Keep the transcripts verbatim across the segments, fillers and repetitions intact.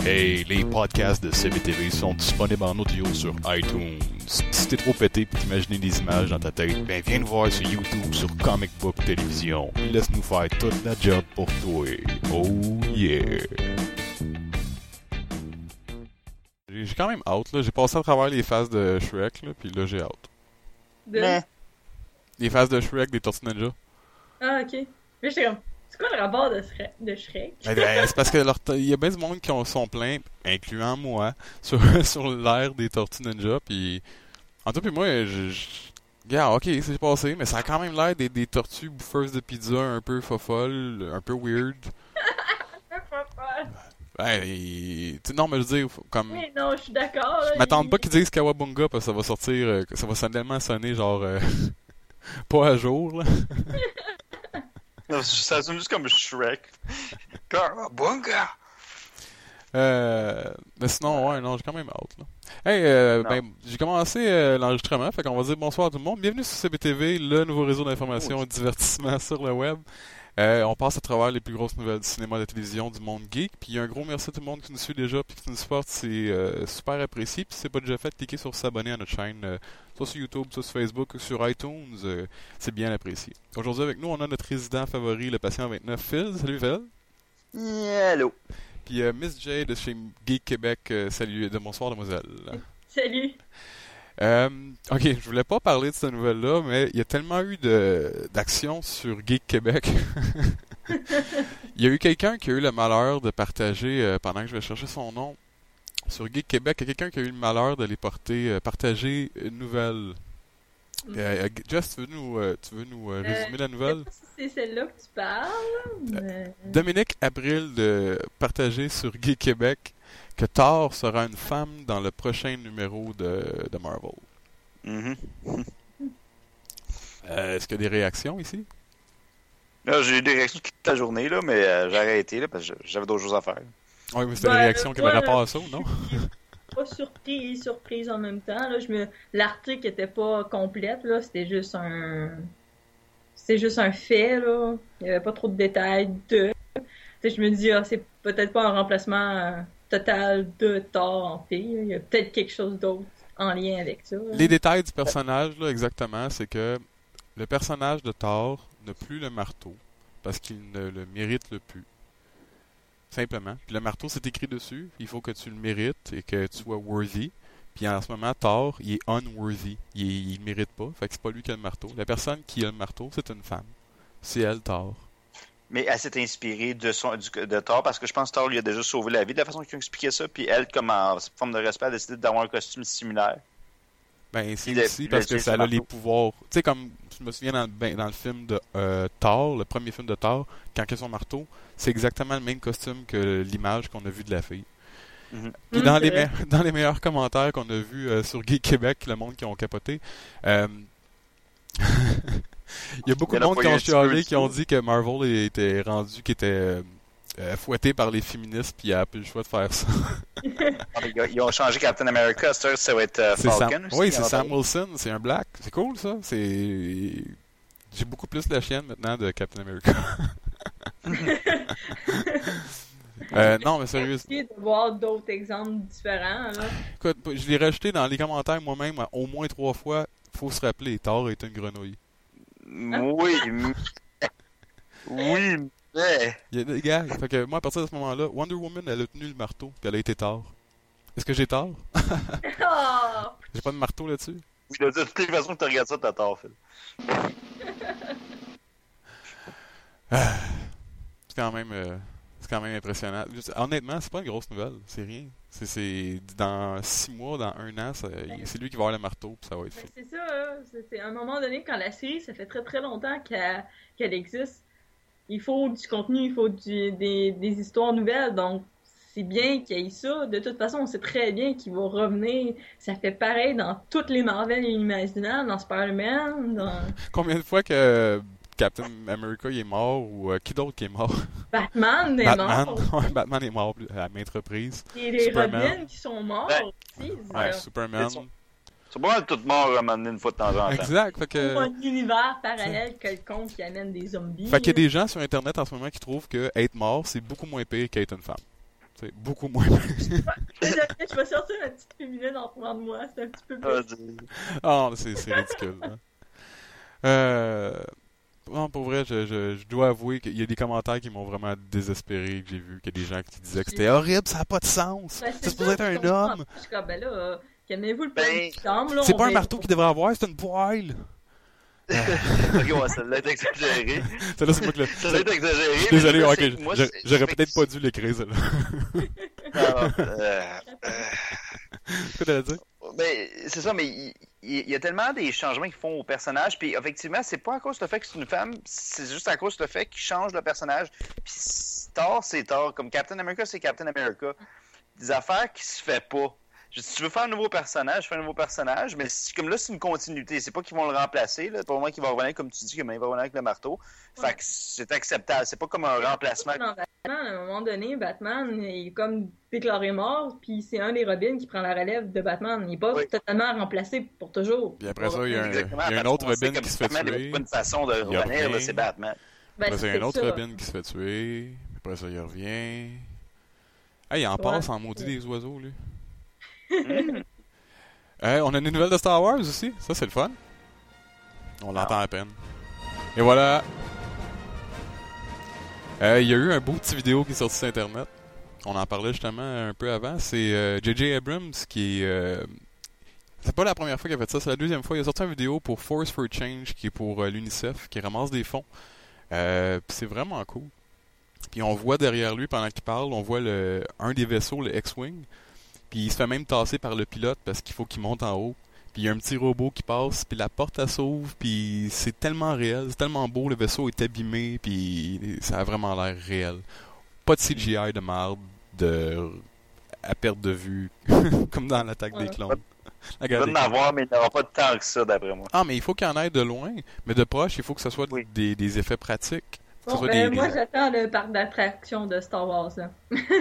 Hey, les podcasts de C B T V sont disponibles en audio sur iTunes. Si t'es trop pété pour t'imaginer des images dans ta tête, ben viens nous voir sur YouTube sur Comic Book Télévision. Laisse-nous faire toute la job pour toi. Oh yeah! J'ai quand même out, là. J'ai passé à travers les phases de Shrek, là, pis là j'ai out. De... Mais... Les phases de Shrek, des Tortues Ninja. Ah, ok. Mais j'étais comme, c'est quoi le rapport de Shrek? De Shrek? Ben, ben, c'est parce que leur t- y a bien du monde qui ont, sont pleins, incluant moi, sur, sur l'ère des Tortues Ninja, pis... En tout cas, pis moi, je... je... Regarde, ok, c'est passé, mais ça a quand même l'air des, des tortues bouffeuses de pizza un peu fofolles, un peu weird. Ben, et... tu- non, mais je veux dire, comme... Mais non, je suis d'accord. Je m'attends pas qu'ils disent Kawabunga, parce que ça va sortir, euh, ça va tellement sonner genre... Euh... pas à jour, là. Non, ça sonne juste comme Shrek. Kawabunga! Euh... Mais sinon, ouais, non, j'ai quand même hâte, là. Hey, euh, ben, j'ai commencé euh, l'enregistrement, fait qu'on va dire bonsoir à tout le monde. Bienvenue sur C B T V, le nouveau réseau d'information et de divertissement sur le web. Euh, on passe à travers les plus grosses nouvelles du cinéma et de la télévision du monde geek. Puis un gros merci à tout le monde qui nous suit déjà puis qui nous supporte, c'est euh, super apprécié. Puis si c'est pas déjà fait, cliquez sur s'abonner à notre chaîne, euh, soit sur YouTube, soit sur Facebook, ou sur iTunes. Euh, c'est bien apprécié. Aujourd'hui avec nous, on a notre résident favori, le patient vingt-neuf, Phil. Salut Phil. Hello. Puis euh, Miss J de chez Geek Québec. Euh, salut, de bonsoir demoiselle. Salut. Euh, ok, je voulais pas parler de cette nouvelle-là, mais il y a tellement eu de d'action sur Geek Québec. Il y a eu quelqu'un qui a eu le malheur de partager, euh, pendant que je vais chercher son nom, sur Geek Québec, il y a quelqu'un qui a eu le malheur de les porter, euh, partager une nouvelle. Mm. Euh, euh, Jess, tu veux nous, euh, tu veux nous euh, résumer Euh, la nouvelle? Je sais pas si c'est celle-là que tu parles, mais... Dominique Abril de partager sur Geek Québec que Thor sera une femme dans le prochain numéro de, de Marvel. Mm-hmm. Euh, est-ce qu'il y a des réactions ici? Là, j'ai eu des réactions toute la journée, là, mais euh, j'ai arrêté là, parce que j'avais d'autres choses à faire. Oui, mais c'était Ben, des réactions qui moi, avaient rapport à ça, non? Pas surpris et surprise en même temps. Là, je me... L'article était pas complète, là. C'était juste un... C'était juste un fait, là. Il y avait pas trop de détails de... T'sais, je me dis, ah, c'est peut-être pas un remplacement euh, total de Thor en fille. Là. Il y a peut-être quelque chose d'autre en lien avec ça. Là. Les détails du personnage, là, exactement, c'est que le personnage de Thor n'a plus le marteau parce qu'il ne le mérite le plus. Simplement. Puis le marteau, c'est écrit dessus. Il faut que tu le mérites et que tu sois worthy. Puis en ce moment, Thor, il est unworthy. Il, est, il le mérite pas. Fait que c'est pas lui qui a le marteau. La personne qui a le marteau, c'est une femme. C'est elle, Thor. Mais elle s'est inspirée de, son, du, de Thor parce que je pense que Thor lui a déjà sauvé la vie de la façon qu'ils ont expliqué ça. Puis elle, comme en forme de respect, a décidé d'avoir un costume similaire. Ben, c'est Le- aussi le- parce que le- ça a marteau. les pouvoirs. Tu sais, comme je me souviens dans, le- ben, dans le film de euh, Thor, le premier film de Thor, quand il a son marteau, c'est exactement le même costume que l'image qu'on a vue de la fille. Mm-hmm. Puis Mm, dans, c'est les vrai. me- dans les meilleurs commentaires qu'on a vus euh, sur Geek Québec, le monde qui ont capoté, euh, il y a beaucoup Il y de en a monde pas qui eu ont un petit peu chialé, du qui ont tout. dit que Marvel était rendu, qui était euh, euh, fouetté par les féministes, puis il a plus le choix de faire ça. Ah, les gars, ils ont changé Captain America. Ça, ça va être euh, C'est Falcon. Sam... aussi, Oui, il y c'est en a Sam pas. Wilson, c'est un black. C'est cool ça. C'est j'ai beaucoup plus la chienne maintenant de Captain America. euh, non, mais sérieux. Essayer de voir d'autres exemples différents. Là. Écoute, je l'ai rajouté dans les commentaires moi-même au moins trois fois. Faut se rappeler, Thor est une grenouille. Oui, mais... Oui, mais... Il y a des gars. Fait que moi, à partir de ce moment-là, Wonder Woman, elle a tenu le marteau, puis elle a été Thor. Est-ce que j'ai tort? Oh! J'ai pas de marteau là-dessus? Oui, de toutes les façons que tu regardes ça, t'as tort, Phil. Ah. C'est quand même euh, c'est quand même impressionnant. Juste, honnêtement, c'est pas une grosse nouvelle, c'est rien. C'est, c'est dans six mois, dans un an, ça- c'est lui qui va avoir le marteau, puis ça va être Ben, fait. c'est ça, hein. c'est, c'est à un moment donné, quand la série, ça fait très très longtemps qu'elle, qu'elle existe, il faut du contenu, il faut du, des, des histoires nouvelles, donc c'est bien qu'il y ait ça. De toute façon, on sait très bien qu'il va revenir. Ça fait pareil dans toutes les Marvel imaginables, dans Spider-Man, dans Combien de fois que Captain America il est mort ou euh, qui d'autre qui est mort? Batman est Batman. mort. Ouais, Batman est mort à maintes reprises. Et les Superman. Robins qui sont morts Ouais. aussi. Ouais, euh, Superman. Ils sont- C'est pas mal tout mort à m'amener une fois de temps en temps. Exact. Fait Pour que, un univers parallèle quelconque qui amène des zombies. fait qu'il y a des gens sur Internet en ce moment qui trouvent que être mort, c'est beaucoup moins pire qu'être une femme. C'est beaucoup moins. Je vais sortir ma petite féminine en front de moi, c'est un petit peu plus. Ah, c'est, c'est ridicule. Hein. Euh... Non, pour vrai, je, je, je dois avouer qu'il y a des commentaires qui m'ont vraiment désespéré, que j'ai vu, qu'il y a des gens qui disaient que c'était horrible, ça n'a pas de sens. Ben, c'est supposé être un homme. Je suis comme, ben là, euh, calmez-vous le Ben, temps, là. C'est pas un marteau qu'il devrait avoir, c'est une poêle. Ok, ouais, ça l'a été exagéré. Ça là, c'est moi que le... Ça l'a été exagéré. Je suis désolé, mais ok, c'est- moi, je- c'est- j'aurais c'est- peut-être pas dû l'écrire, celle-là. Alors, euh, euh, Qu'est-ce que t'allais dire? Mais c'est ça, mais il, il- il y a tellement des changements qu'ils font au personnage, puis effectivement, c'est pas à cause du fait que c'est une femme, c'est juste à cause du fait qu'ils changent le personnage. Puis Thor, c'est Thor, comme Captain America, c'est Captain America. Des affaires qui se fait pas. Je- Si tu veux faire un nouveau personnage, fais un nouveau personnage, mais si- comme là, c'est une continuité. C'est pas qu'ils vont le remplacer, là. Pour moi, qu'il va revenir, comme tu dis, qu'il va revenir avec le marteau. Ouais. Fait que c'est acceptable. C'est pas comme un remplacement. Dans Batman, à un moment donné, Batman il est comme déclaré mort, puis c'est un des Robins qui prend la relève de Batman. Il est pas Oui. totalement remplacé pour toujours. Puis après ça, il y a un, Exactement, il y a un parce autre qu'on sait Robin comme qui se fait Batman, il y a tuer. pas une façon de Il revenir, revient. là, c'est Batman. Ben, Après ça, il y a un c'est autre ça. Robin qui se fait tuer. Après ça, il revient. Hey, il en Ouais. passe en maudit des oiseaux, lui. Mm. Hey, on a une nouvelle de Star Wars aussi. Ça, c'est le fun. On l'entend à peine. Et voilà. Euh, Il y a eu un beau petit vidéo qui est sorti sur Internet. On en parlait justement un peu avant. C'est euh, J J Abrams qui est... euh, C'est pas la première fois qu'il a fait ça, c'est la deuxième fois. Il a sorti une vidéo pour Force for Change, qui est pour euh, l'UNICEF, qui ramasse des fonds. Euh, puis c'est vraiment cool. Puis on voit derrière lui, pendant qu'il parle, on voit le un des vaisseaux, le X-Wing. Puis il se fait même tasser par le pilote parce qu'il faut qu'il monte en haut. Puis il y a un petit robot qui passe, puis la porte elle s'ouvre, puis c'est tellement réel, c'est tellement beau, le vaisseau est abîmé, puis ça a vraiment l'air réel. Pas de C G I de marde, de à perte de vue, comme dans l'attaque des Ouais. clones. Il va Regardez. en avoir, mais il n'y aura pas de temps que ça, d'après moi. Ah, mais il faut qu'il y en ait de loin, mais de proche, il faut que ce soit Oui. des, des effets pratiques. Que ce Bon, soit ben, des- moi, des- j'attends le parc d'attractions de Star Wars. Là.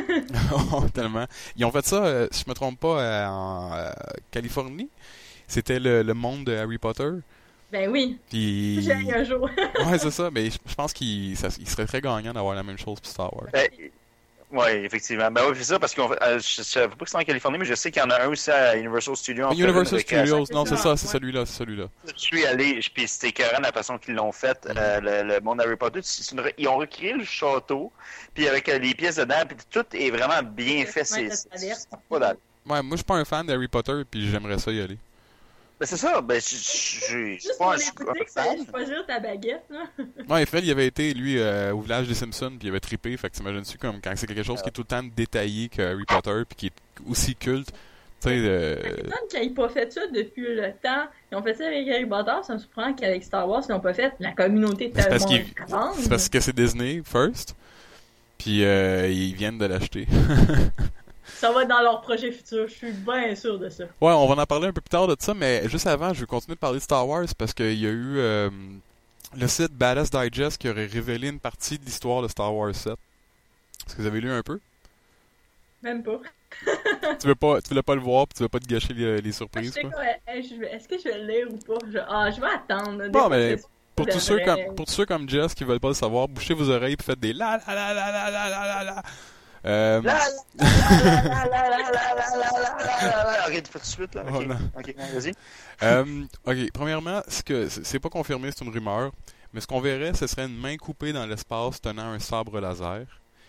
Oh, tellement. Ils ont fait ça, euh, si je me trompe pas, euh, en euh, Californie. C'était le, le monde de Harry Potter. Ben oui, Puis... j'ai un jour. Ouais, c'est ça, mais je, je pense qu'il ça- il serait très gagnant d'avoir la même chose pour Star Wars. Ben, oui, effectivement. Ben oui, c'est ça, parce qu'on fait, euh, je ne savais pas que c'était en Californie, mais je sais qu'il y en a un aussi à Universal Studios. en Universal Floride, avec, Studios, c'est non, c'est ça, ça, c'est ouais. celui-là, c'est celui-là. euh, Je suis allé, je- puis c'était écœurant la façon qu'ils l'ont fait, euh, le, le monde Harry Potter. C'est une re- ils ont recréé le château, puis avec euh, les pièces dedans, puis tout est vraiment bien fait. C'est Ouais, c'est- ça a l'air. c'est pas dans- Ouais, moi je suis pas un fan d'Harry Potter, puis j'aimerais ça y aller. Ben c'est ça, ben je je- je- je suis Juste pas pour un les je suis pas boutiques, un ça fan. choisir ta baguette. Là. Ouais, Fred, il avait été, lui, euh, au village des Simpsons, puis il avait trippé, fait que t'imagines-tu comme quand c'est quelque chose qui est tout le temps détaillé que Harry Potter, puis qui est aussi culte, tu sais, euh, C'est étonnant qu'ils n'aient pas fait ça depuis le temps. Ils ont fait ça avec Harry Potter, ça me surprend qu'avec Star Wars, ils n'ont pas fait. La communauté est c'est parce tellement qu'il- grande. c'est parce que c'est Disney, first, puis euh, ils viennent de l'acheter. Ça va être dans leur projet futur, je suis bien sûr de ça. Ouais, on va en parler un peu plus tard de ça, mais juste avant, je vais continuer de parler de Star Wars parce qu'il y a eu euh, le site Badass Digest qui aurait révélé une partie de l'histoire de Star Wars sept. Est-ce que vous avez lu un peu? Même pas. Tu veux pas, tu voulais pas le voir, puis tu veux pas te gâcher les, les surprises, Je sais quoi? quoi, hey, je vais- Est-ce que je vais le lire ou pas? Je- Ah, je vais attendre. Des Bon, fois, mais c'est- Pour c'est tous, ceux vrai. comme, pour tous ceux comme Jess qui veulent pas le savoir, bouchez vos oreilles et faites des la la la la la la la la la. Euh, La, la, la, la, la, la, la, la, la, la, la. Ok, tu fais tout de suite, là. Ok, Voilà. ok, vas-y. euh, ok, premièrement, ce que c'est c'est pas confirmé, c'est une rumeur, mais ce qu'on verrait, ce serait une main coupée dans l'espace tenant un sabre laser.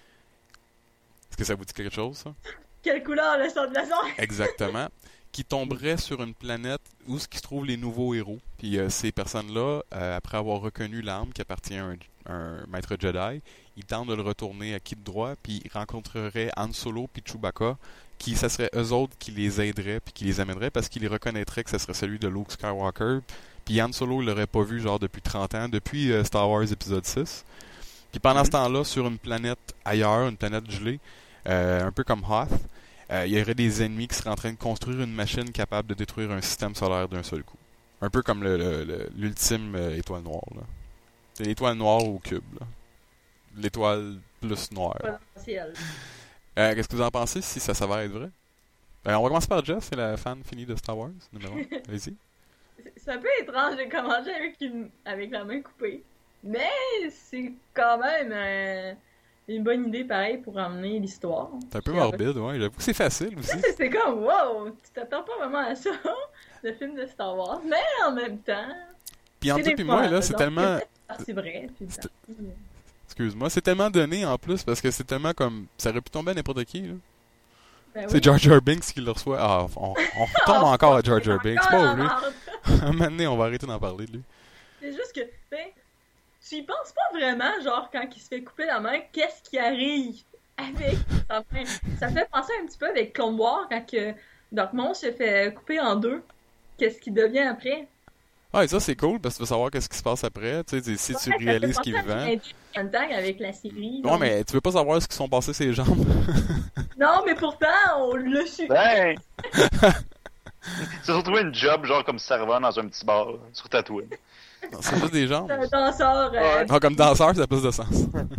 Est-ce que ça vous dit quelque chose, ça? Quelle couleur le sang de la sang? Exactement. Qui tomberait sur une planète où ce qui se trouvent les nouveaux héros. Puis euh, ces personnes-là, euh, après avoir reconnu l'arme qui appartient à un, un maître Jedi, ils tentent de le retourner à qui de droit, puis ils rencontreraient Han Solo puis Chewbacca, qui ça serait eux autres qui les aideraient puis qui les amèneraient parce qu'ils reconnaîtraient que ce serait celui de Luke Skywalker. Puis Han Solo, il l'aurait pas vu genre depuis trente ans, depuis euh, Star Wars épisode six. Puis pendant ce temps-là, sur une planète ailleurs, une planète gelée, euh, un peu comme Hoth, euh, il y aurait des ennemis qui seraient en train de construire une machine capable de détruire un système solaire d'un seul coup. Un peu comme le, le- le- l'ultime euh, étoile noire. Là. C'est l'étoile noire au cube. Là. L'étoile plus noire. Potentiel. Euh, qu'est-ce que vous en pensez si ça s'avère être vrai? Euh, on va commencer par Jess, c'est la fan finie de Star Wars, numéro un. Allez-y. C'est- C'est un peu étrange de commencer avec, une... avec la main coupée. Mais c'est quand même un- une bonne idée pareil pour emmener l'histoire. C'est un peu morbide, ouais. J'avoue que c'est facile aussi. C'est comme, wow, tu t'attends pas vraiment à ça, le film de Star Wars, mais en même temps. Puis entre toi et moi, là, c'est tellement. C'est vrai, puis Excuse-moi, c'est tellement donné en plus parce que c'est tellement comme. Ça aurait pu tomber à n'importe qui, là. Ben c'est oui. Jar Jar Binks qui le reçoit. Ah, on, on retombe encore à Jar Jar Binks, pas lui. Un moment donné, on va arrêter d'en parler de lui. C'est juste que, ben, tu y penses pas vraiment, genre, quand il se fait couper la main, qu'est-ce qui arrive avec sa main? Ça fait penser un petit peu avec Clone Wars, quand que Dark Maul se fait couper en deux. Qu'est-ce qu'il devient après? Ah, et ça, c'est cool, parce que tu veux savoir qu'est-ce qui se passe après, tu sais, si ouais, tu réalises ce qu'il est vivant. Avec la série. Ouais, mais tu veux pas savoir ce qu'ils sont passés ses jambes. Non, mais pourtant, on l'a su. Ben! Tu as retrouvé une job, genre comme serveur dans un petit bar, sur Tatooine. Non, c'est juste des jambes. Un danseur. Euh... Non, comme danseur, ça a plus de sens.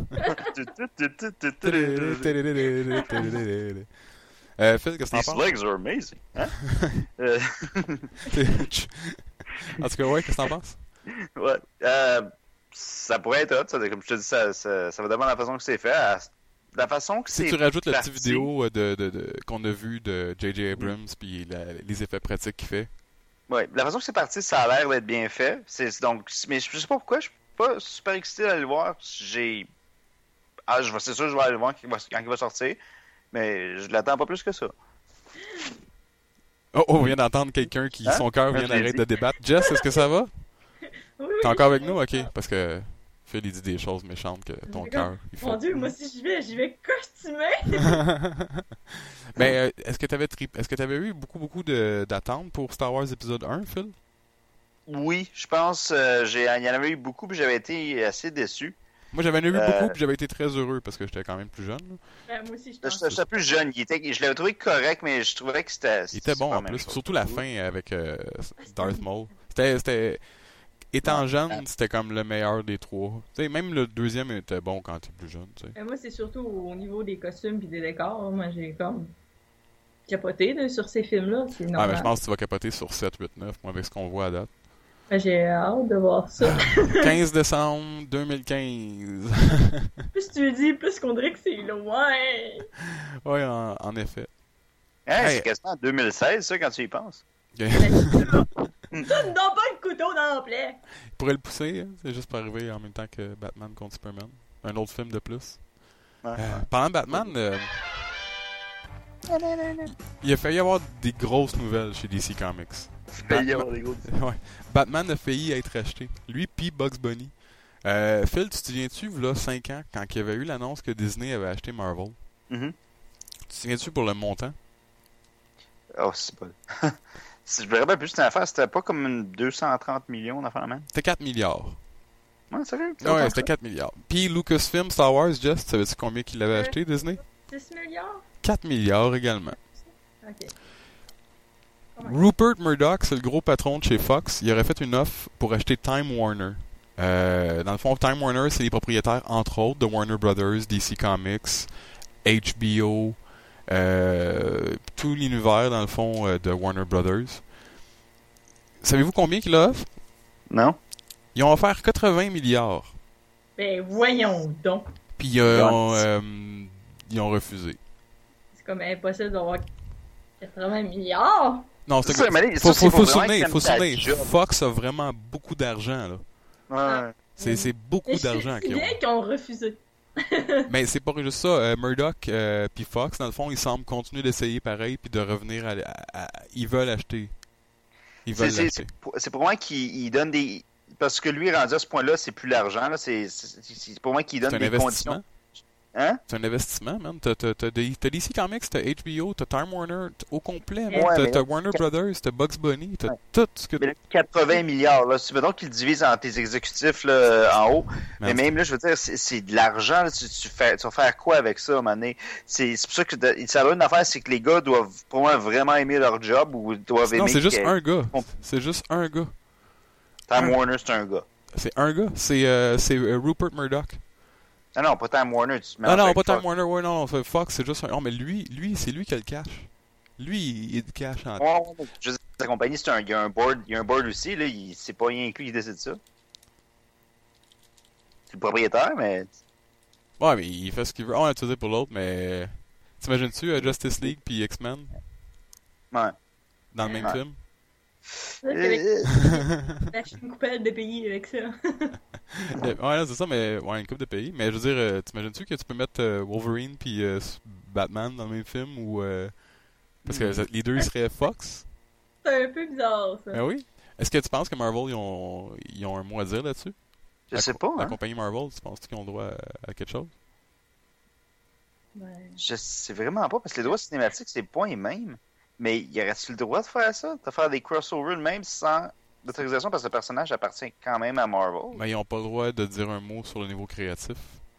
euh, Phil, qu'est-ce que t'en penses? These legs are amazing. Hein? En tout cas, ouais, qu'est-ce que t'en penses? Ouais. Euh, ça pourrait être hot, ça, comme je te dis, ça, ça, ça va dépendre de la façon que c'est fait. À la façon que si c'est. Si tu rajoutes la parti... petite vidéo de, de, de, qu'on a vue de J J Abrams, mm. puis les effets pratiques qu'il fait. Ouais, la façon que c'est parti, ça a l'air d'être bien fait. C'est, donc, mais je sais pas pourquoi, je suis pas super excité d'aller le voir. J'ai. Ah, je, c'est sûr que je vais aller le voir quand il va, quand il va sortir, mais je l'attends pas plus que ça. Oh, oh, on vient d'entendre quelqu'un qui, hein? Son cœur vient d'arrêter de débattre. Jess, est-ce que ça va? Oui, T'es encore avec nous? Ok, parce que Phil, il dit des choses méchantes que ton cœur. Mon Dieu, moi si j'y vais, j'y vais costumé. Ben, euh, est-ce que t'avais tri... est-ce que t'avais eu beaucoup, beaucoup de... d'attentes pour Star Wars épisode un, Phil? Oui, je pense. Euh, j'ai... Il y en avait eu beaucoup, puis j'avais été assez déçu. Moi, j'avais eu euh... beaucoup, puis j'avais été très heureux parce que j'étais quand même plus jeune. Ben, moi aussi, je pense. J'étais plus jeune. Il était... Je l'avais trouvé correct, mais je trouvais que c'était. Il était bon en plus. Chose. Surtout la fin avec euh, Darth Maul. C'était. c'était... Étant jeune, c'était comme le meilleur des trois. T'sais, même le deuxième était bon quand t'es plus jeune. Et moi, c'est surtout au niveau des costumes et des décors. Moi, j'ai comme capoté là, sur ces films-là. C'est ah, mais je pense que tu vas capoter sur sept, huit, neuf, moi, avec ce qu'on voit à date. Ben, j'ai hâte de voir ça. quinze décembre deux mille quinze. Plus tu le dis, plus qu'on dirait que c'est loin. Oui, en, en effet. Hey, hey. C'est quasiment deux mille seize, ça, quand tu y penses. Okay. Tu ne donnes pas le couteau dans la plaie. Il pourrait le pousser, hein? C'est juste pour arriver en même temps que Batman contre Superman. Un autre film de plus. Ouais, euh, ouais. Pendant de Batman, euh, il a failli y avoir des grosses nouvelles chez D C Comics. Batman... des grosses... ouais. Batman a failli être acheté. Lui puis Bugs Bunny. Euh, Phil, tu te souviens-tu, là, cinq ans, quand il y avait eu l'annonce que Disney avait acheté Marvel? Mm-hmm. Tu te souviens-tu pour le montant? Oh, c'est pas... Si je me rappelle plus, c'était une affaire, c'était pas comme une deux cent trente millions d'affaires, même. C'était quatre milliards. Ouais, sérieux? Ouais, c'était quatre milliards. Puis Lucasfilm Star Wars, Just, savais-tu combien qu'il avait euh, acheté, Disney? six milliards? quatre milliards également. Ok. Rupert Murdoch, c'est le gros patron de chez Fox. Il aurait fait une offre pour acheter Time Warner. Euh, dans le fond, Time Warner, c'est les propriétaires, entre autres, de Warner Brothers, D C Comics, H B O... Euh, tout l'univers dans le fond euh, de Warner Brothers. Savez-vous combien qu'ils offrent? Non. Ils ont offert quatre-vingts milliards. Ben voyons donc. Puis euh, on, euh, ils ont refusé. C'est comme impossible d'avoir quatre-vingts milliards. Non, c'est, c'est ça, il faut, faut, faut, faut se souvenir, faut souvenir. Fox a vraiment beaucoup d'argent là. Ouais. C'est, c'est beaucoup Mais d'argent qu'ils ont. C'est bien qu'ils ont refusé. Mais c'est pas juste ça. Euh, Murdoch euh, puis Fox, dans le fond, ils semblent continuer d'essayer pareil puis de revenir à, à, à... Ils veulent acheter. Ils veulent c'est, l'acheter. C'est, pour, c'est pour moi qu'ils donnent des... Parce que lui, rendu à ce point-là, c'est plus l'argent. Là. C'est, c'est, c'est pour moi qu'il donne c'est des conditions. Hein? C'est un investissement, man. T'as, t'as, t'as, t'as D C Comics, t'as H B O, t'as Time Warner, t'as, au complet, man. Ouais, t'as, mais t'as là, Warner quatre... Brothers, t'as Bugs Bunny, t'as ouais. tout ce que... Mais là, quatre-vingts milliards, là. Tu veux donc qu'ils le divisent en tes exécutifs là, en haut. Mais, mais même là, je veux dire, c'est, c'est de l'argent. Là. Tu, tu, fais, tu vas faire quoi avec ça, à un moment donné? C'est, c'est pour ça que ça a une affaire, c'est que les gars doivent pour moi vraiment aimer leur job ou doivent non, aimer... c'est juste un gars. C'est juste un gars. Time un... Warner, c'est un gars. C'est un gars. C'est, euh, c'est euh, Rupert Murdoch. Ah non, pas Time Warner. Tu non, non, pas Time Warner. Ouais, non, non, Fox, c'est juste un... Non, mais lui, lui c'est lui qui a le cash. Lui, il a le cash en tête. Ouais, je veux dire, sa compagnie, c'est un, il y a un board, il y a un board aussi, là. Il, c'est pas rien que lui qui décide ça. C'est le propriétaire, mais... Ouais, mais il fait ce qu'il veut. On a utilisé pour l'autre, mais... T'imagines-tu euh, Justice League puis X-Men? Ouais. Dans le même Ouais. film? Là, avec Euh, la Chine coupelle de pays avec ça. Euh, ouais, là, c'est ça, mais... Ouais, une coupe de pays. Mais je veux dire, euh, t'imagines-tu que tu peux mettre euh, Wolverine puis euh, Batman dans le même film ou... euh, Parce que ça- les deux, ils seraient Fox? C'est un peu bizarre, ça. Ben oui. Est-ce que tu penses que Marvel, ils ont, ils ont un mot à dire là-dessus? Je La sais co- pas, La hein. compagnie Marvel, tu penses qu'ils ont le droit à, à quelque chose? Ouais. Je sais vraiment pas, parce que les droits cinématiques, c'est pas les mêmes. Mais y aurait-tu le droit de faire ça? De faire des crossovers même sans d'autorisation, parce que le personnage appartient quand même à Marvel? Mais ils ont pas le droit de dire un mot sur le niveau créatif.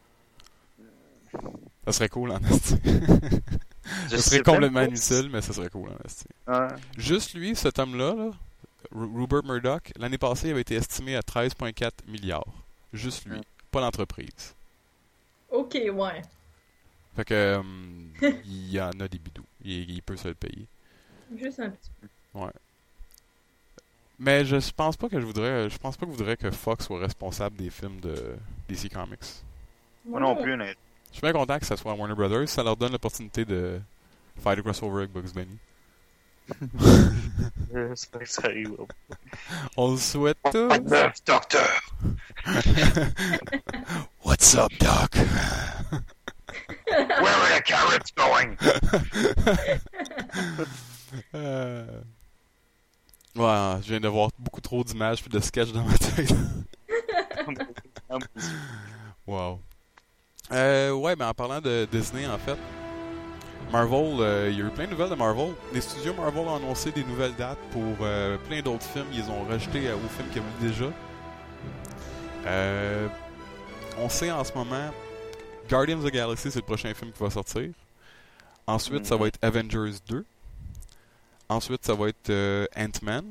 Ça serait cool en esti. Je Ça sais serait même complètement pas. inutile, mais ça serait cool en esti. Ouais. Juste lui, cet homme-là, là, Ru- Rupert Murdoch, l'année passée, il avait été estimé à treize virgule quatre milliards. Juste lui, Mm. pas l'entreprise. Ok, ouais. Fait que, euh, il y en a des bidous. Il, il peut se le payer. Juste un petit peu. Mais je pense pas que je voudrais, je pense pas que je voudrais que Fox soit responsable des films de D C Comics. Moi non plus, honnêtement. Je suis bien content que ça soit Warner Brothers, ça leur donne l'opportunité de faire des crossovers avec Bugs Bunny. J'espère que ça arrivera. On le souhaite tous. Neuf, docteur! What's up, Doc? Where are the carrots going? Euh... Ouais, je viens de voir beaucoup trop d'images et de sketchs dans ma tête. Wow. Euh, ouais, mais en parlant de Disney, en fait, Marvel, euh, il y a eu plein de nouvelles de Marvel. Les studios Marvel ont annoncé des nouvelles dates pour euh, plein d'autres films. Ils les ont rajoutés euh, aux films qu'il y avait déjà. Euh, on sait en ce moment, Guardians of the Galaxy, c'est le prochain film qui va sortir. Ensuite, ça va être Avengers deux. Ensuite, ça va être euh, Ant-Man.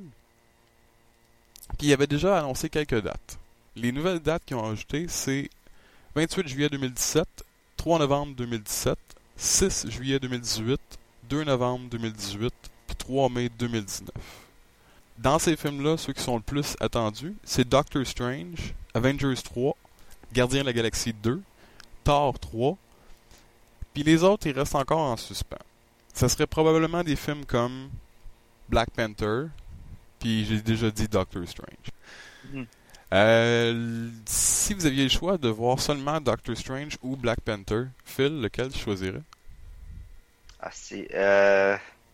Puis il avait déjà annoncé quelques dates. Les nouvelles dates qu'ils ont ajoutées, c'est vingt-huit juillet deux mille dix-sept, trois novembre deux mille dix-sept, six juillet deux mille dix-huit, deux novembre deux mille dix-huit, puis trois mai deux mille dix-neuf. Dans ces films-là, ceux qui sont le plus attendus, c'est Doctor Strange, Avengers trois, Gardiens de la Galaxie deux, Thor trois, puis les autres, ils restent encore en suspens. Ça serait probablement des films comme Black Panther, puis j'ai déjà dit Doctor Strange. Mm. Euh, si vous aviez le choix de voir seulement Doctor Strange ou Black Panther, Phil, lequel tu choisirais? Ah, c'est... Euh...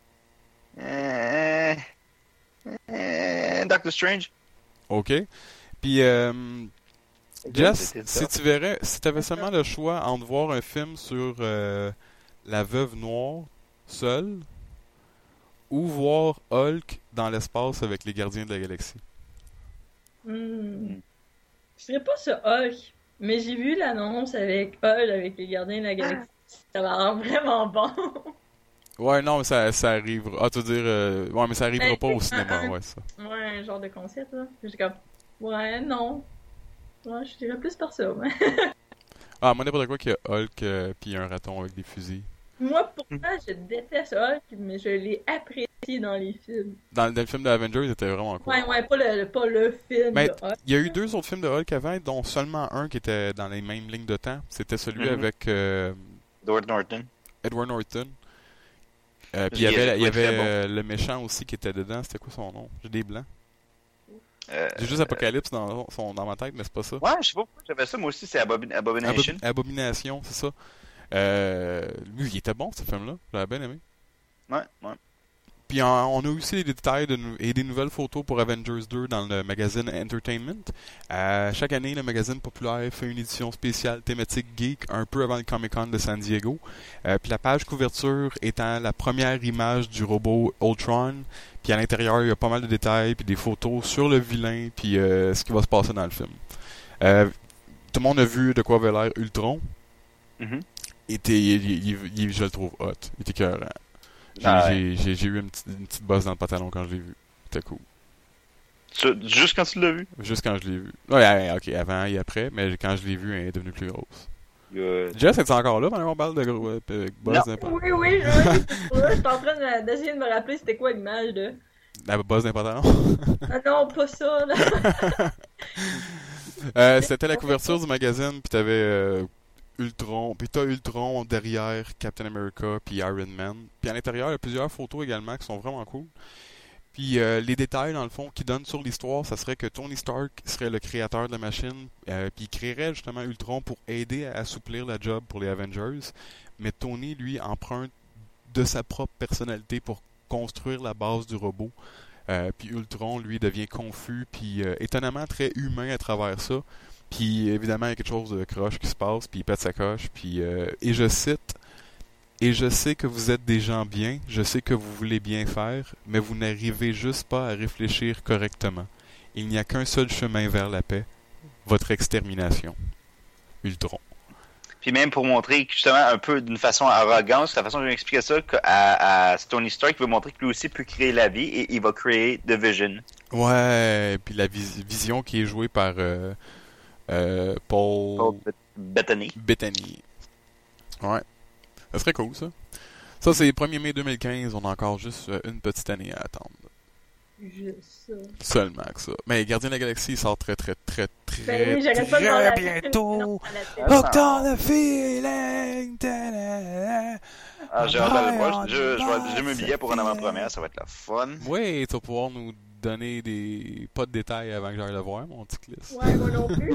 Euh... euh... Doctor Strange. Ok. Puis, euh, Jess, C'était si ça. tu verrais, si tu avais seulement le choix entre voir un film sur euh, la veuve noire seule ou voir Hulk dans l'espace avec les gardiens de la galaxie. Hmm. Je dirais pas ça Hulk, mais j'ai vu l'annonce avec Hulk, avec les gardiens de la galaxie. Ça va l'air vraiment bon. Ouais, non, mais ça, ça arrivera. Ah, tu veux dire... euh, ouais, mais ça arrivera Ben, pas au c'est cinéma, un- ouais, ça. Ouais, un genre de concept, là. J'ai comme, ouais, non. Ouais, je dirais plus par ça, ouais. Ah, moi, n'importe quoi qu'il y a Hulk euh, puis un raton avec des fusils. Moi, pourtant, je déteste Hulk, mais je l'ai apprécié dans les films. Dans, dans le film de Avengers, c'était vraiment cool. Ouais, ouais, pas le, pas le film Mais de Hulk. il y a eu deux autres films de Hulk avant, dont seulement un qui était dans les mêmes lignes de temps. C'était celui Mhm. avec euh, Edward Norton. Edward Norton. Euh, puis il Il y avait, est- il y ouais, très avait bon. euh, le méchant aussi qui était dedans. C'était quoi son nom? J'ai des blancs. Euh, J'ai juste Apocalypse dans, son, dans ma tête, mais c'est pas ça. Ouais, je sais pas pourquoi j'avais ça. Moi aussi, c'est Abomin- Abomination. Abomin- Abomination, c'est ça. Euh, lui, il était bon, ce film-là. J'avais bien aimé. Ouais, ouais. Puis en- on a aussi des détails de nou- et des nouvelles photos pour Avengers deux dans le magazine Entertainment. Euh, chaque année, le magazine populaire fait une édition spéciale thématique geek un peu avant le Comic-Con de San Diego. Euh, puis la page couverture étant la première image du robot Ultron. Puis à l'intérieur, il y a pas mal de détails puis des photos sur le vilain puis euh, ce qui va se passer dans le film. Euh, tout le monde a vu de quoi avait l'air Ultron. Mhm. Il était, il- il- il- il- je le trouve hot. Il était écœurant. J'ai, Ah ouais. j'ai, j'ai, j'ai eu une petite, une petite bosse dans le pantalon quand je l'ai vu. C'était cool. Tu- Juste quand tu l'as vu. Juste quand je l'ai vu. Ouais, ouais, ok, avant et après, mais quand je l'ai vu, elle est devenue plus grosse. Good. Jess, es-tu encore là pendant qu'on parle de gros, euh, de bosse Non. dans les pantalons? Oui, oui, je je suis en train de- d'essayer de me rappeler c'était quoi l'image de. La bosse dans les pantalons? Ah non, pas ça, là. euh, c'était la couverture du magazine, puis t'avais euh, Ultron, puis t'as Ultron derrière Captain America puis Iron Man. Puis à l'intérieur, il y a plusieurs photos également qui sont vraiment cool. Puis euh, les détails, dans le fond, qui donnent sur l'histoire, ça serait que Tony Stark serait le créateur de la machine, euh, puis il créerait justement Ultron pour aider à assouplir la job pour les Avengers. Mais Tony, lui, emprunte de sa propre personnalité pour construire la base du robot. Euh, puis Ultron, lui, devient confus, puis euh, étonnamment très humain à travers ça. Puis évidemment, il y a quelque chose de croche qui se passe, puis il pète sa coche. Puis, euh, et je cite... Et je sais que vous êtes des gens bien, je sais que vous voulez bien faire, mais vous n'arrivez juste pas à réfléchir correctement. Il n'y a qu'un seul chemin vers la paix, votre extermination. Ultron. Puis même pour montrer justement un peu d'une façon arrogante, c'est la façon dont j'expliquais ça, à, à Tony Stark, il veut montrer que lui aussi peut créer la vie et il va créer The Vision. Ouais, puis la vis- vision qui est jouée par euh, euh, Paul... Paul Bettany. Bettany. Ouais. Ça serait cool, ça. Ça, c'est le premier mai deux mille quinze. On a encore juste euh, une petite année à attendre. Juste ça. Seulement que ça. Mais Gardien de la Galaxie, il sort très, très, très, très, Ben oui, j'arrête pas de très voir la bientôt. tête. Look down the feeling. Ta-da-da-da. Ah, j'ai hâte d'aller le voir. Je, je, je vais j'ai mes billets pour une avant-première. Ça va être la fun. Oui, tu vas pouvoir nous donner des pas de détails avant que j'aille le voir, mon petit Clis. Ouais, moi non plus.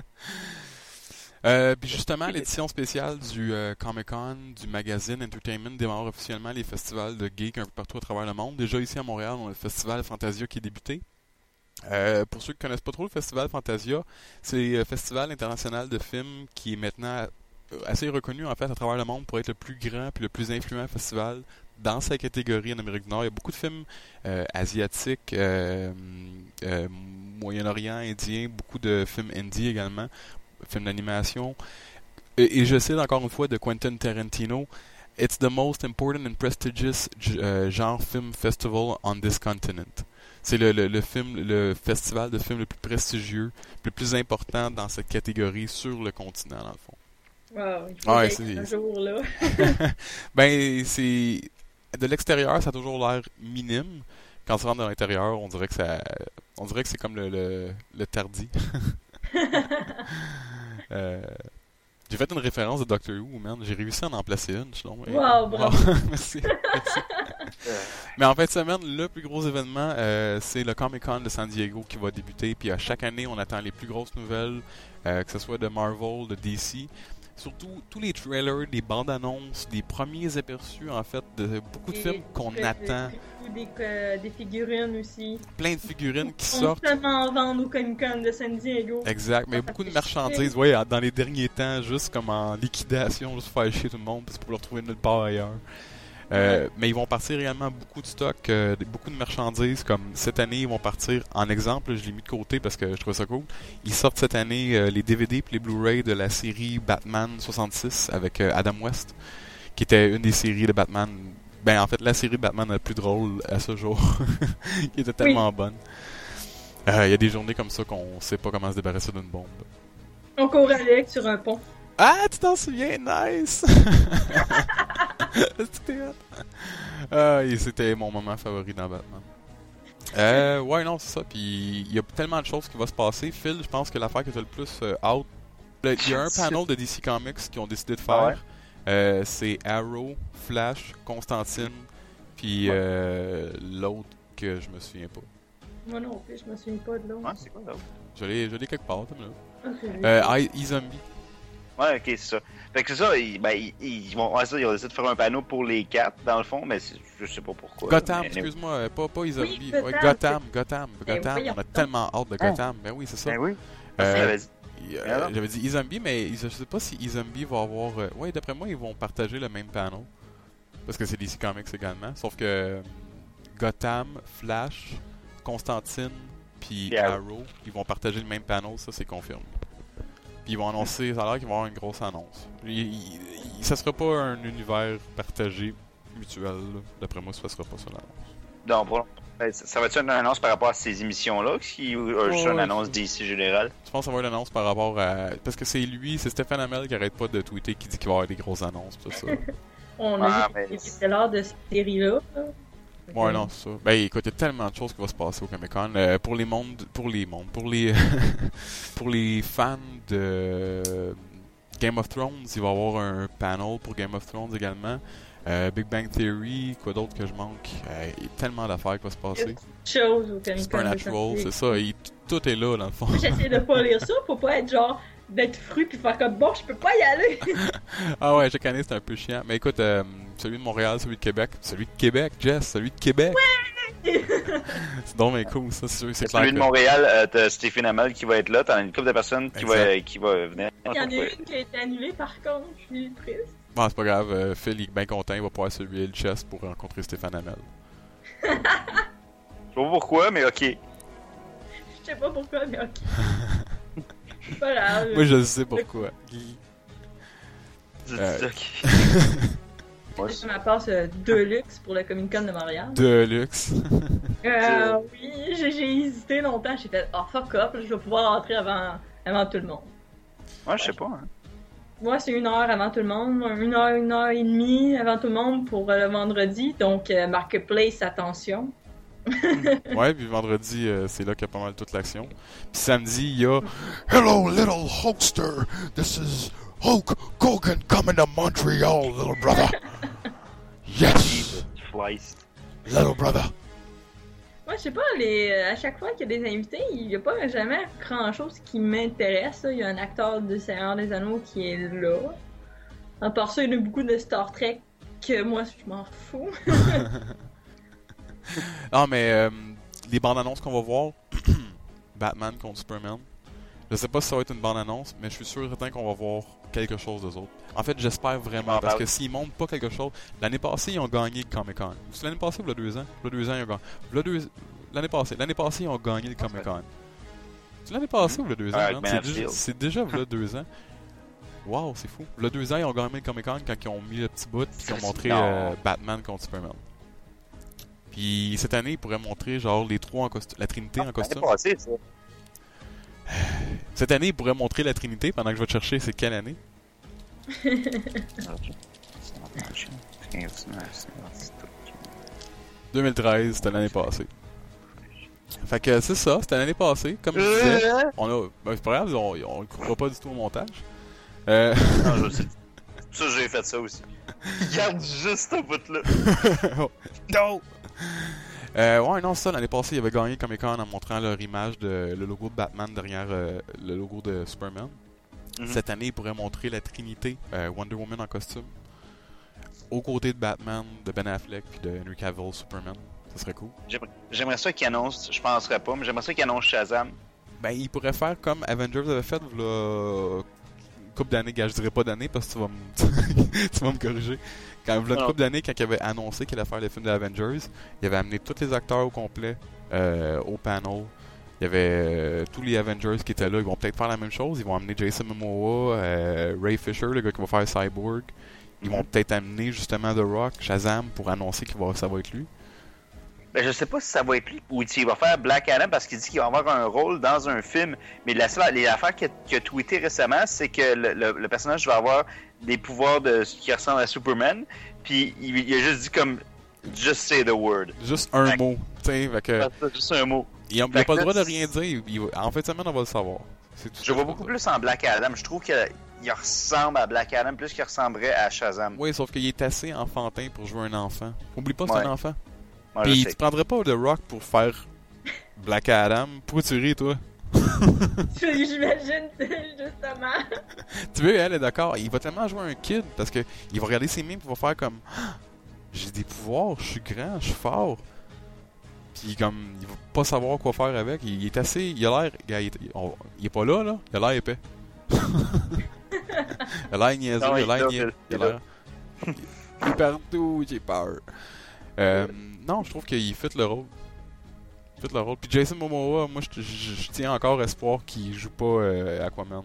Euh, puis justement, l'édition spéciale du euh, Comic-Con, du magazine Entertainment démarre officiellement les festivals de geeks un peu partout à travers le monde. Déjà ici à Montréal, on a le festival Fantasia qui est débuté. Euh, pour ceux qui connaissent pas trop le festival Fantasia, c'est le festival international de films qui est maintenant assez reconnu en fait à travers le monde pour être le plus grand et le plus influent festival dans sa catégorie en Amérique du Nord. Il y a beaucoup de films euh, asiatiques, euh, euh, Moyen-Orient, Indien, beaucoup de films indie également, films d'animation. Et, et je cite encore une fois de Quentin Tarantino, It's the most important and prestigious uh, genre film festival on this continent. C'est le, le, le film, le festival de films le plus prestigieux, le plus important dans cette catégorie sur le continent, dans le fond. Wow, il faut Ouais, c'est... un jour, là. Ben, c'est... De l'extérieur, ça a toujours l'air minime. Quand tu rentres dans l'intérieur, on dirait que ça... On dirait que c'est comme le, le, le tardi. euh... J'ai fait une référence de Doctor Who, man. J'ai réussi à en placer une, je trouve. Wow, bravo. Merci. Merci. Mais en fin de semaine, le plus gros événement, euh, c'est le Comic-Con de San Diego qui va débuter. Puis à chaque année, on attend les plus grosses nouvelles, euh, que ce soit de Marvel, de D C. Surtout tous les trailers, des bandes annonces, des premiers aperçus en fait de beaucoup de Et films qu'on des, attend. Des, euh, des figurines aussi. Plein de figurines qui On sortent. constamment en vente au Comic-Con de San Diego. Exact, mais beaucoup de marchandises, oui, dans les derniers temps, juste comme en liquidation, juste pour faire chier tout le monde, parce qu'on peut le retrouver nulle part ailleurs. Euh, ouais. Mais ils vont partir également beaucoup de stocks, euh, beaucoup de marchandises, comme cette année, ils vont partir, en exemple, je l'ai mis de côté parce que je trouve ça cool, ils sortent cette année euh, les D V D et les Blu-ray de la série Batman soixante-six avec euh, Adam West, qui était une des séries de Batman, ben en fait la série de Batman la plus drôle à ce jour, qui était tellement oui. bonne. Il euh, y a des journées comme ça qu'on sait pas comment se débarrasser d'une bombe. On court avec sur un pont. Ah, tu t'en souviens? Nice! C'était ah, c'était mon moment favori dans Batman. Euh, ouais, non, c'est ça. Puis il y a tellement de choses qui vont se passer. Phil, je pense que l'affaire que tu as le plus euh, out, il y a un panel de D C Comics qui ont décidé de faire. Ah ouais? euh, c'est Arrow, Flash, Constantine, puis ouais. euh, l'autre que je me souviens pas. Moi non plus, je me souviens pas de l'autre. Ouais, c'est quoi l'autre? Je l'ai, je l'ai quelque part, là. Okay. Euh, E-Zombie. Ouais, ok, c'est ça. Fait que c'est ça, ils, ben, ils, ils vont ouais, ça, ils ont décidé de faire un panneau pour les quatre, dans le fond, mais je sais pas pourquoi. Gotham, mais... excuse-moi, pas, pas E-Zombie. Oui, Gotham, ouais, Gotham, Gotham, ben, Gotham. oui, on a tellement hâte de Gotham. Ah. Ben oui, c'est ça. Ben oui. Euh, euh, j'avais dit E-Zombie, mais je sais pas si E-Zombie va avoir... Euh, ouais, d'après moi, ils vont partager le même panneau. Parce que c'est D C Comics également. Sauf que Gotham, Flash, Constantine, puis yeah. Arrow, ils vont partager le même panneau, ça c'est confirmé. Puis ils vont annoncer, ça a l'air qu'il va y avoir une grosse annonce. Il, il, il, ça sera pas un univers partagé mutuel, là. D'après moi, ça sera pas ça l'annonce. Non, bon, ça va être une annonce par rapport à ces émissions-là, ou juste oh, une annonce D C générale? Je pense que ça va être une annonce par rapport à... Parce que c'est lui, c'est Stéphane Hamel qui arrête pas de tweeter, qui dit qu'il va y avoir des grosses annonces, tout ça. On a ah, vu des trailers de cette série-là. Ouais, non, c'est ça. Ben, écoute, il y a tellement de choses qui vont se passer au Comic-Con. Euh, pour les mondes, pour les mondes, pour les, pour les fans de Game of Thrones, il va y avoir un panel pour Game of Thrones également. Euh, Big Bang Theory, quoi d'autre que je manque? Euh, il y a tellement d'affaires qui vont se passer. Chose au Comic-Con. Supernatural, c'est ça. Il, tout est là, dans le fond. J'essaie de pas lire ça pour pas être genre d'être fru puis faire comme bon, je peux pas y aller. Ah ouais, chaque année c'est un peu chiant. Mais écoute, euh, celui de Montréal, celui de Québec, celui de Québec, Jess, celui de Québec. Ouais! C'est donc bien cool, ça, c'est sûr. C'est celui clair de que... Montréal, euh, t'as Stephen Amell qui va être là, t'as une couple de personnes qui, va, qui va venir. Il y en a une qui a été annulée par contre, je suis triste. Bon, c'est pas grave, euh, Phil il est bien content, il va pouvoir se huiler le chest pour rencontrer Stéphane Hamel. Je sais pas pourquoi, mais ok. Je sais pas pourquoi, mais ok. C'est pas grave. Moi je sais pourquoi. Euh... ok. Moi, je ma passe euh, Deluxe pour le Comic Con de Montréal. Deluxe. euh, oui, j'ai, j'ai hésité longtemps, j'ai fait oh fuck up, je vais pouvoir rentrer avant, avant tout le monde. Ouais, je sais pas. Hein. Moi, c'est une heure avant tout le monde, une heure, une heure et demie avant tout le monde pour euh, le vendredi, donc euh, Marketplace, attention. Ouais, puis vendredi, euh, c'est là qu'il y a pas mal toute l'action. Puis samedi, il y a Hello, little Hulkster, this is Hulk Hogan coming to Montreal, little brother. Yes, little brother. Moi, je sais pas, les... à chaque fois qu'il y a des invités, il y a pas jamais grand-chose qui m'intéresse. Là. Il y a un acteur de Seigneur des Anneaux qui est là. À part ça, il y a beaucoup de Star Trek que moi, je m'en fous. Non, mais euh, les bandes annonces qu'on va voir, Batman contre Superman, je sais pas si ça va être une bande annonce, mais je suis sûr et certain qu'on va voir quelque chose d'eux autres. En fait, j'espère vraiment, parce que s'ils montrent pas quelque chose... L'année passée, ils ont gagné le Comic-Con. C'est l'année passée ou il y a deux ans? Il y a deux ans, ils ont gagné. Il y a deux... L'année passée. L'année passée, ils ont gagné le Comic-Con. C'est l'année passée ou il y a deux ans? Ah, non? C'est, déjà... c'est déjà il y a deux ans. Wow, c'est fou. Il y a deux ans, ils ont gagné le Comic-Con quand ils ont mis le petit bout et qu'ils ont montré euh, Batman contre Superman. Puis cette année, ils pourraient montrer genre les trois en costume, la Trinité ah, en costume. L'année passée, ça. Cette année, ils pourraient montrer la Trinité pendant que je vais te chercher c'est quelle année? deux mille treize, c'était l'année passée. Fait que c'est ça, c'était l'année passée, comme je disais. On a, ben, c'est pas grave, on, on le coupera pas du tout au montage. Euh... Non, je sais. Ça, j'ai fait ça aussi. Garde juste ce bout-là. Non! Euh, ouais, non, ça, l'année passée, ils avaient gagné Comic-Con en montrant leur image de le logo de Batman derrière euh, le logo de Superman. Mm-hmm. Cette année, ils pourraient montrer la Trinité, euh, Wonder Woman en costume, aux côtés de Batman, de Ben Affleck puis de Henry Cavill, Superman. Ça serait cool. J'aimerais, j'aimerais ça qu'ils annoncent, je penserais pas, mais j'aimerais ça qu'ils annoncent Shazam. Ben, ils pourraient faire comme Avengers avait fait, là, une couple d'années, gars, je dirais pas d'années parce que tu vas me, tu vas me corriger. Quand il y a une couple d'années, quand il avait annoncé qu'il allait faire le film de Avengers, il avait amené tous les acteurs au complet euh, au panel. Il y avait euh, tous les Avengers qui étaient là. Ils vont peut-être faire la même chose. Ils vont amener Jason Momoa, euh, Ray Fisher, le gars qui va faire Cyborg. Ils vont peut-être amener justement The Rock, Shazam, pour annoncer que va, ça va être lui. Ben, je sais pas si ça va être lui ou s'il va faire Black Adam parce qu'il dit qu'il va avoir un rôle dans un film. Mais la seule les affaires qu'il a, qu'il a tweeté récemment, c'est que le, le, le personnage va avoir des pouvoirs de qui ressemblent à Superman. Puis il, il a juste dit comme just say the word. Juste un fait, mot. T'sais, fait que, juste un mot. Il n'a pas le droit de rien dire. Il, il, en fait, semaine, on va le savoir. C'est tout je vois beaucoup plus en Black Adam. Je trouve qu'il ressemble à Black Adam plus qu'il ressemblerait à Shazam. Oui, sauf qu'il est assez enfantin pour jouer un enfant. Oublie pas, c'est ouais. un enfant. Ouais, puis tu prendrais pas The Rock pour faire Black Adam. Pourquoi tu ris, toi? J'imagine, justement. Tu veux, elle est d'accord. Il va tellement jouer un kid parce que il va regarder ses mimes et il va faire comme j'ai des pouvoirs, je suis grand, je suis fort. Puis comme il va pas savoir quoi faire avec. Il, il est assez. Il a l'air. Il, il, on, il est pas là, là. Il a l'air épais. Il a l'air niaiseux, non, il a l'air niaiseux. Il a l'air. Il est partout, j'ai peur. Euh, non, je trouve qu'il fait le rôle. Il fait le rôle. Puis Jason Momoa, moi je, je, je tiens encore espoir qu'il joue pas euh, Aquaman.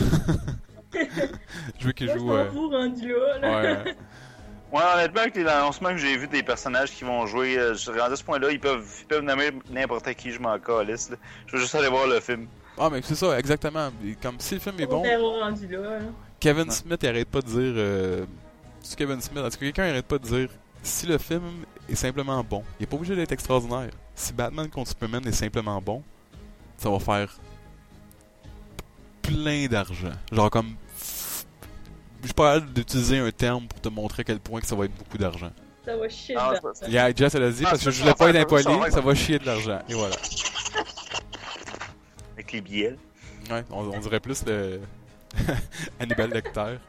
Je veux qu'il joue. Euh... vous rendu là, là. Ouais. Ouais, honnêtement, avec les lancements que j'ai vu des personnages qui vont jouer, euh, je rendu à ce point-là, ils peuvent, ils peuvent nommer n'importe qui, je m'en calisse. Là. Je veux juste aller voir le film. Ah, mais c'est ça, exactement. Comme si le film est bon. Rendu là, là. Kevin ouais. Smith, il arrête pas de dire. Euh... C'est Kevin Smith. Est-ce que quelqu'un arrête pas de dire si le film est simplement bon, il est pas obligé d'être extraordinaire. Si Batman contre Superman est simplement bon, ça va faire plein d'argent. Genre comme je suis pas capable d'utiliser un terme pour te montrer à quel point que ça va être beaucoup d'argent. Ça va chier Ah, dedans. ça- Yeah, Jess, elle a dit, Ah, parce que ça, je ça voulais va pas être faire impoli, ça, ouais. ça va chier de l'argent. Et voilà. Avec les billets. Ouais, on, on dirait plus le... Hannibal Lecter.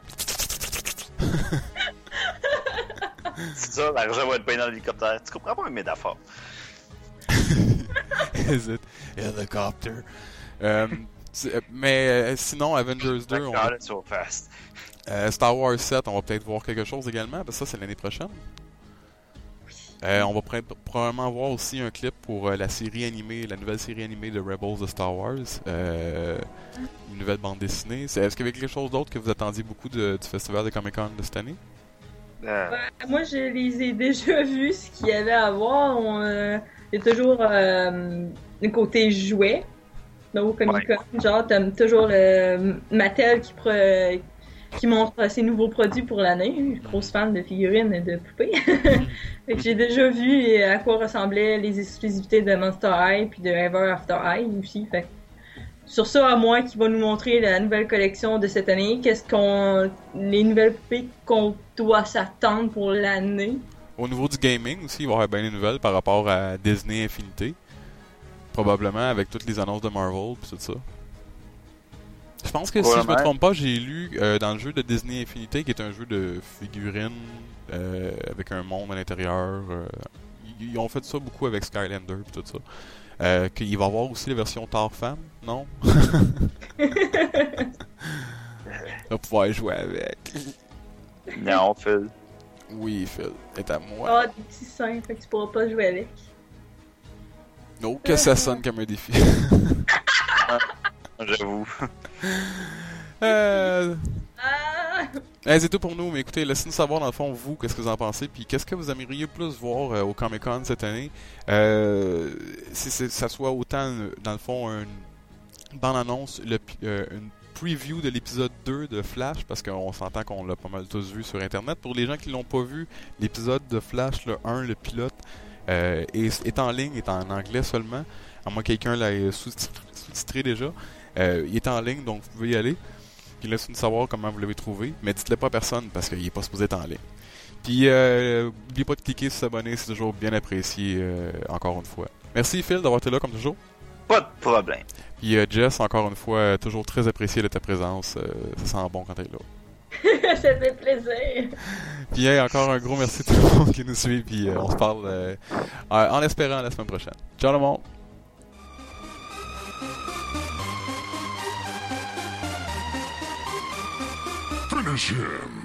C'est ça, l'argent va être payé dans l'hélicoptère. Tu comprends pas une métaphore? Is it? Helicopter. Euh, c'est- mais euh, sinon, Avengers deux, on va- God, it's so fast. euh, Star Wars sept, on va peut-être voir quelque chose également, parce que ça, c'est l'année prochaine. Euh, on va pr- probablement voir aussi un clip pour euh, la série animée, la nouvelle série animée de Rebels de Star Wars. Euh, une nouvelle bande dessinée. C'est- Est-ce qu'il y avait quelque chose d'autre que vous attendiez beaucoup de- du festival de Comic-Con de cette année? Euh, Ben, moi, je les ai déjà vus, ce qu'il y avait à voir. On, euh, il y a toujours euh, le côté jouet. Donc, au Comic-Con, genre, t'as toujours euh, Mattel qui, pre- qui montre ses nouveaux produits pour l'année. Je suis grosse fan de figurines et de poupées. Fait que j'ai déjà vu à quoi ressemblaient les exclusivités de Monster High puis de Ever After High aussi. Fait que sur ça, à moi, qui va nous montrer la nouvelle collection de cette année, qu'est-ce qu'on, les nouvelles poupées qu'on doit s'attendre pour l'année. Au niveau du gaming aussi, il va y avoir bien des nouvelles par rapport à Disney Infinity. Probablement avec toutes les annonces de Marvel et tout ça. Je pense que si je me trompe pas, j'ai lu euh, dans le jeu de Disney Infinity, qui est un jeu de figurines euh, avec un monde à l'intérieur. Euh, ils, ils ont fait ça beaucoup avec Skylander et tout ça. Euh, qu'il va y avoir aussi la version Thor Femme, non? On va pouvoir jouer avec. non, Phil. Oui, Phil, est à moi. Ah, des petits seins, fait que tu pourras pas jouer avec. Non, que ça sonne comme un défi. J'avoue. euh... Ah! Hey, c'est tout pour nous, mais écoutez, laissez-nous savoir dans le fond, vous, qu'est-ce que vous en pensez, puis qu'est-ce que vous aimeriez plus voir euh, au Comic-Con cette année. Euh, si c'est- ça soit autant, euh, dans le fond, une bande-annonce, le pi- euh, une preview de l'épisode deux de Flash, parce qu'on s'entend qu'on l'a pas mal tous vu sur Internet. Pour les gens qui l'ont pas vu, l'épisode de Flash, le un, le pilote, euh, est, est en ligne, est en anglais seulement, à moins que quelqu'un l'ait sous-titré, sous-titré déjà. Euh, il est en ligne, donc vous pouvez y aller. Puis laissez-nous savoir comment vous l'avez trouvé. Mais dites-le pas à personne parce qu'il est pas supposé être en ligne. Puis euh, n'oubliez pas de cliquer sur s'abonner, c'est toujours bien apprécié, euh, encore une fois. Merci Phil d'avoir été là comme toujours. Pas de problème. Puis euh, Jess, encore une fois, euh, toujours très apprécié de ta présence. Euh, ça sent bon quand t'es là. Ça fait plaisir. Puis hey, encore un gros merci à tout le monde qui nous suit. Puis euh, on se parle euh, en espérant la semaine prochaine. Ciao le monde! Finish him!